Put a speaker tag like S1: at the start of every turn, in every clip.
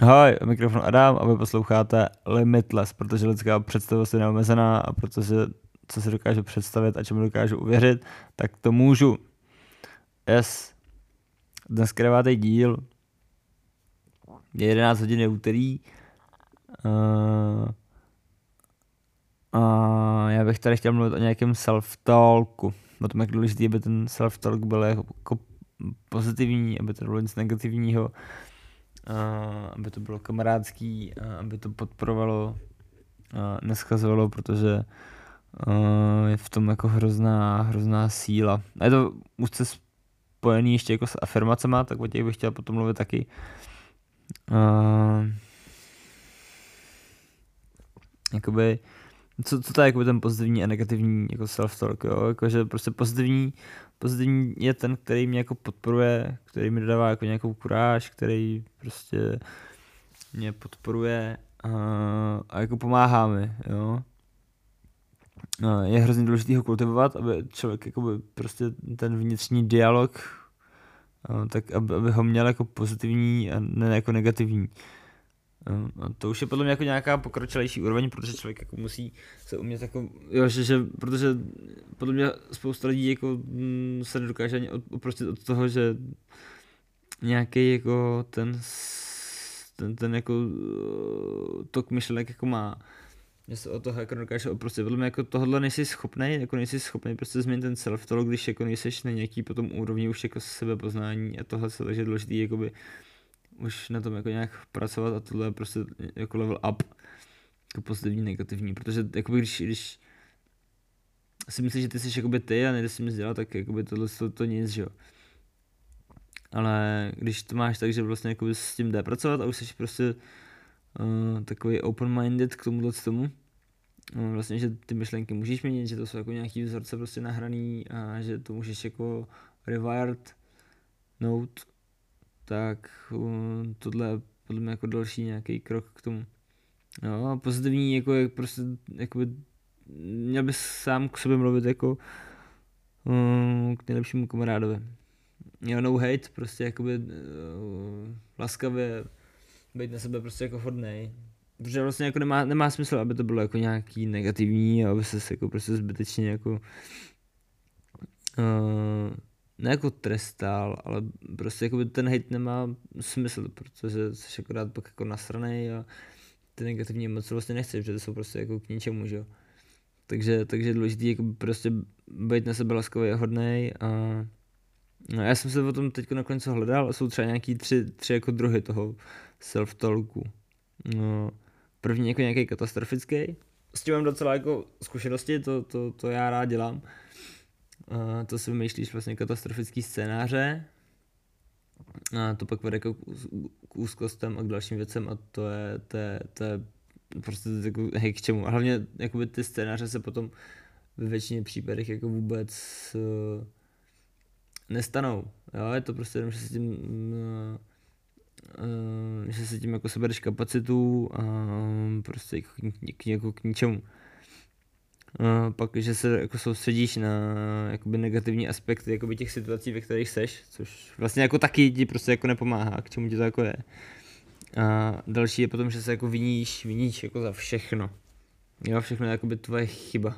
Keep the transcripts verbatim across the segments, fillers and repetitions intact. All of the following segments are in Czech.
S1: Ahoj, mikrofon Adam a vy posloucháte Limitless, protože lidská představa je neomezená a protože co si dokážu představit a čemu dokážu uvěřit, tak to můžu. Yes. Dneska devátý díl. Je jedenáct hodin, je úterý. Uh, a já bych tady chtěl mluvit o nějakém self-talku. O tom, jak důležitý, aby ten self-talk byl jako pozitivní, aby to bylo nic negativního. Uh, aby to bylo kamarádský, uh, aby to podporovalo, uh, neschazovalo, protože uh, je v tom jako hrozná, hrozná síla. A je to úzce spojený ještě jako s afirmacema, tak o těch bych chtěl potom mluvit taky. Uh, jakoby, co, co to je jakoby ten pozitivní a negativní jako self-talk, jo? Jakože prostě pozitivní, pozitivní je ten, který mě jako podporuje, který mi dodává jako nějakou kuráž, který prostě mě podporuje a, a jako pomáhá mi, jo. A je hrozně důležitý ho kultivovat, aby člověk jakoby prostě ten vnitřní dialog, a, tak aby, aby ho měl jako pozitivní a ne jako negativní. A to už je podle mě jako nějaká pokročilejší úroveň, protože člověk jako musí se umět jako, jo, že, že protože podle mě spousta lidí jako m, se nedokáže ani oprostit od toho, že nějaký jako ten ten, ten jako tok myšlenek jako má, že se o toho jako dokáže oprostit. Podle mě jako tohle nejsi schopnej, jako nejsi schopnej prostě změnit ten self-talk, když jako nejseš na nějaký potom úrovni už jako sebepoznání a tohle se takže je důležitý jakoby už na tom jako nějak pracovat a tohle je prostě jako level up, jako pozitivní, negativní, protože jakoby když, když si myslíš, že ty jsi jakoby ty a nejdeš si nic dělat, tak jakoby tohle to, to nic, že jo. Ale když to máš tak, že vlastně jako s tím jde pracovat a už jsi prostě uh, takový open-minded k tomuhle tomu, uh, vlastně, že ty myšlenky můžeš měnit, že to jsou jako nějaký vzorce prostě nahraný a že to můžeš jako rewired note, tak uh, tohle je podle mě jako další nějaký krok k tomu. No a pozitivní jako je prostě jakoby měl bys sám k sobě mluvit jako uh, k nejlepšímu kamarádovi. Jo, no hate, prostě jakoby uh, laskavě být na sebe prostě jako hodnej. Protože vlastně jako nemá, nemá smysl, aby to bylo jako nějaký negativní a aby se jako prostě zbytečně jako uh, ne jako trestal, ale prostě jakoby ten hate nemá smysl, protože jsi akorát pak jako nasranej a ty negativní emoce vlastně nechceš, protože to jsou prostě jako k ničemu, že jo. Takže, takže je důležitý jako prostě být na sebe laskavě a hodnej a no, já jsem se o tom teď nakonec hledal a jsou třeba nějaký tři, tři jako druhy toho self-talku. No, první jako nějaký katastrofický. S tím mám docela jako zkušenosti, to, to, to já rád dělám. A to si vymýšlíš vlastně katastrofický scénáře. A to pak vede jako k úzkostem a k dalším věcem a to je, to je, to je prostě jako, hej, k čemu. A hlavně jakoby ty scénáře se potom ve většině případech jako vůbec uh, nestanou, jo, je to prostě jenom, že si tím, uh, uh, že si tím jako sebereš kapacitu a um, prostě jako k, k, jako k ničemu. Uh, pak, že se jako soustředíš na jakoby negativní aspekty jakoby těch situací, ve kterých seš, což vlastně jako taky ti prostě jako nepomáhá, k čemu ti to jako je. A další je potom, že se jako viníš, viníš jako za všechno. Jo, všechno je jakoby tvoje chyba.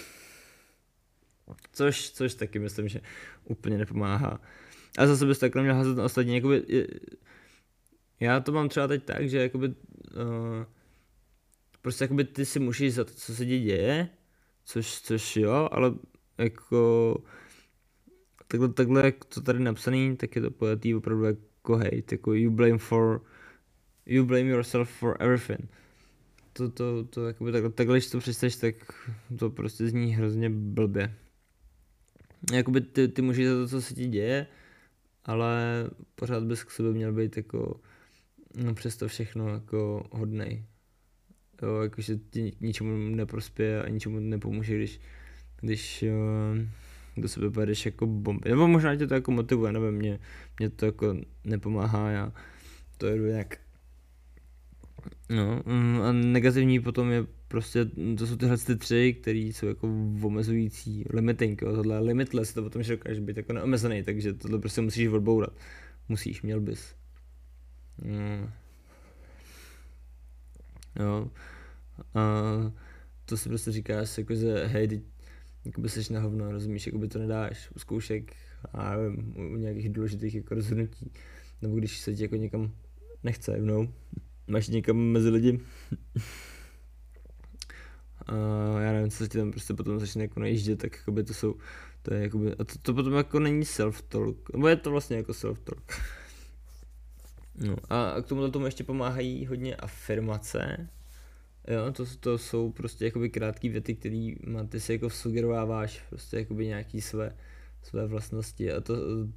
S1: Což, což taky myslím, že úplně nepomáhá. A zase bys takhle měl házet na ostatní, jakoby, je, já to mám třeba teď tak, že jakoby, uh, prostě jakoby ty si musíš za to, co se ti děje, což, což jo, ale jako takhle, takhle, jak to tady napsaný, tak je to pojatý opravdu jako hate, jako you blame for, you blame yourself for everything. To, to, to, jakoby takhle, takhle, když to přečteš, tak to prostě zní hrozně blbě. Jakoby ty, ty můžeš za to, co se ti děje, ale pořád bys k sobě měl být jako, no přesto všechno jako hodnej. Jo, jakože ti ničemu neprospěje a ničemu nepomůže, když, když jo, do sebe pojedeš jako bomby. Nebo možná tě to jako motivuje, nevím, mě, mě to jako nepomáhá, já to jedu nějak. No, a negativní potom je prostě, to jsou tyhle ty tři, které jsou jako omezující, limiting, jo, tohle je limitless, to potom, že dokážeš být jako neomezený, takže tohle prostě musíš odbourat. Musíš, měl bys. No. jo. A to si prostě říkáš, jako, že hej, ty jakoby seš na hovno, rozumíš, jakoby to nedáš u zkoušek a nevím, u nějakých důležitých jako rozhodnutí, nebo když se ti jako někam nechce, no, máš někam mezi lidi. A já nevím, co se ti tam prostě potom začne jako najíždět, tak jakoby to jsou, to je jakoby, a to, to potom jako není self-talk, nebo je to vlastně jako self-talk. No a k tomuhle tomu ještě pomáhají hodně afirmace. Jo, to, to jsou prostě jakoby krátký věty, který má, ty si jako sugerováváš prostě jakoby nějaký své, své vlastnosti a to,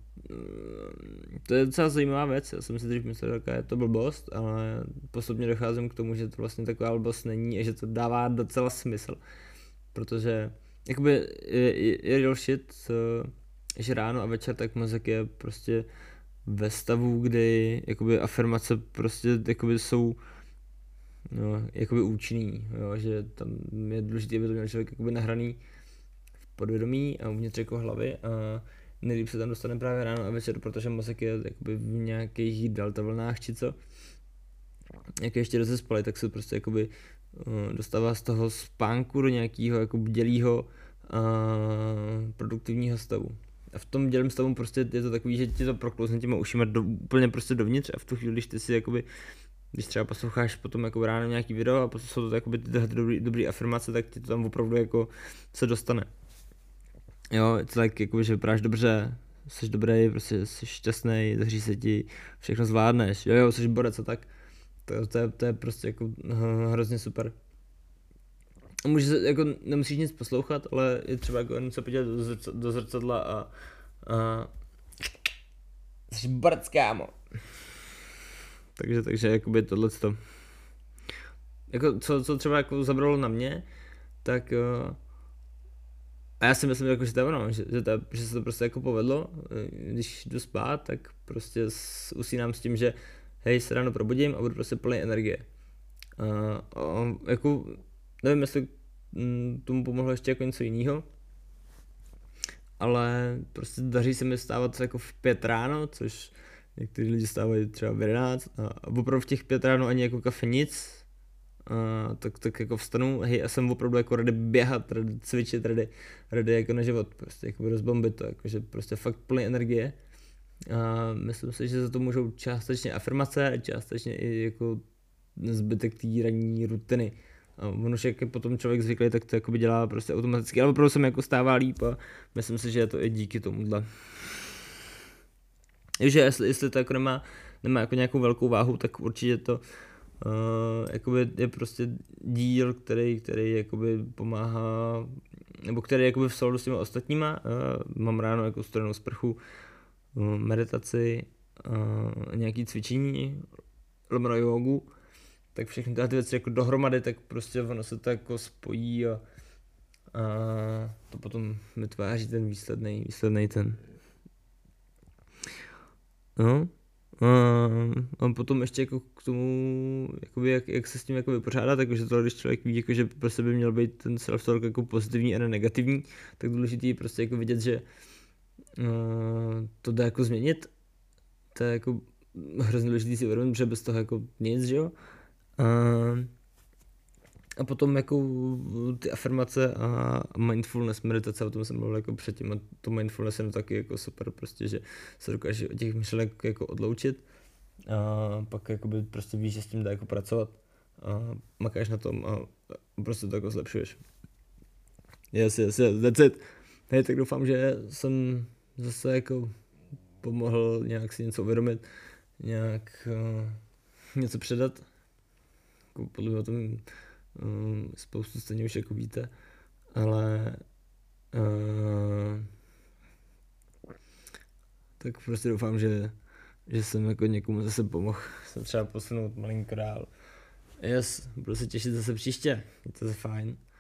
S1: to je docela zajímavá věc, já jsem si dřív myslel, jaká je to blbost, ale postupně docházím k tomu, že to vlastně taková blbost není a že to dává docela smysl, protože jakoby je, je, je real shit, že ráno a večer tak mozek je prostě ve stavu, kdy jakoby afirmace prostě jakoby jsou no, jakoby účinný, jo, že tam je důležité, aby to měl člověk jakoby nahraný v podvědomí a uvnitř jako hlavy a nejlíp se tam dostane právě ráno a večer, protože mozek je jakoby v nějakých delta vlnách či co. Jak je ještě rozespalý, tak se prostě jakoby uh, dostává z toho spánku do nějakého jako bdělého uh, produktivního stavu. A v tom bdělém stavu prostě je to takový, že ti to proklouzne těma ušima do, úplně prostě dovnitř a v tu chvíli, když ty si jakoby když třeba posloucháš potom jako ráno nějaký video a potom jsou to jakoby tyhle dobrý, dobrý afirmace, tak ti to tam opravdu jako se dostane. Jo, je to tak jakoby, že vypadáš dobře, jsi dobrý, prostě jsi šťastný, daří se ti, všechno zvládneš, jo jo, jsi borec a tak. To, to, je, to je prostě jako hrozně super. A můžeš se, jako nemusíš nic poslouchat, ale je třeba jako jen se podívat do, zrc, do zrcadla a, a jsi borec, kámo. Takže, takže jakoby tohleto. Jako co, co třeba jako zabralo na mě, tak uh, a já si myslím, jako, že to je ono, že, že, to, že se to prostě jako povedlo, když jdu spát, tak prostě usínám s tím, že hej, se ráno probudím a budu prostě plný energie. Uh, uh, jako, nevím, jestli um, tomu pomohlo ještě jako něco jiného, ale prostě daří se mi stávat jako v pět ráno, což někteří lidi stávají třeba v jedenáct a opravdu v těch pět ráno ani jako kafe nic, a tak, tak jako vstanu, hej, a jsem opravdu jako ready běhat, ready cvičit, ready, ready jako na život, prostě jako rozbombit to, jakože prostě fakt plný energie. A myslím si, že za to můžou částečně afirmace, částečně i jako zbytek té ranní rutiny. A ono, že jak je potom člověk zvyklý, tak to jakoby dělá prostě automaticky, ale opravdu se mi jako stává líp a myslím si, že je to i díky tomuhle. Takže jestli, jestli to jako nemá, nemá jako nějakou velkou váhu, tak určitě to uh, jakoby je prostě díl, který, který jakoby pomáhá, nebo který je jakoby v souladu s těma ostatníma. Uh, mám ráno jako studenou sprchu, uh, meditaci, uh, nějaký cvičení, lomeno jogu, tak všechny tyhle ty věci jako dohromady, tak prostě ono se to jako spojí a, a to potom vytváří ten výsledný, výsledný ten. No, a, a potom ještě jako k tomu, jakoby jak, jak se s tím jako vypořádat, takže to, když člověk ví, jako, že prostě by měl být ten self-talk jako pozitivní a ne negativní, tak důležitý je prostě jako vidět, že uh, to dá jako změnit, to je jako hrozně důležitý si uvědomit, že bez toho jako nic, že jo. Uh, a potom jako ty afirmace a mindfulness, meditace, o tom jsem mluvil jako předtím, a to mindfulness je taky jako super, prostě, že se dokáže od těch myšlenek jako odloučit a pak jakoby prostě víš, že s tím dá jako pracovat a makáš na tom a prostě to jako zlepšuješ. Yes, yes, yes, that's it. Hej, tak doufám, že jsem zase jako pomohl nějak si něco uvědomit, nějak uh, něco předat. Jako podle mě o tom Um, spoustu stejně už jako víte, ale uh, tak prostě doufám, že, že jsem jako někomu zase pomohl se třeba posunout malinko dál. Yes, budu se těšit zase příště, je to fajn.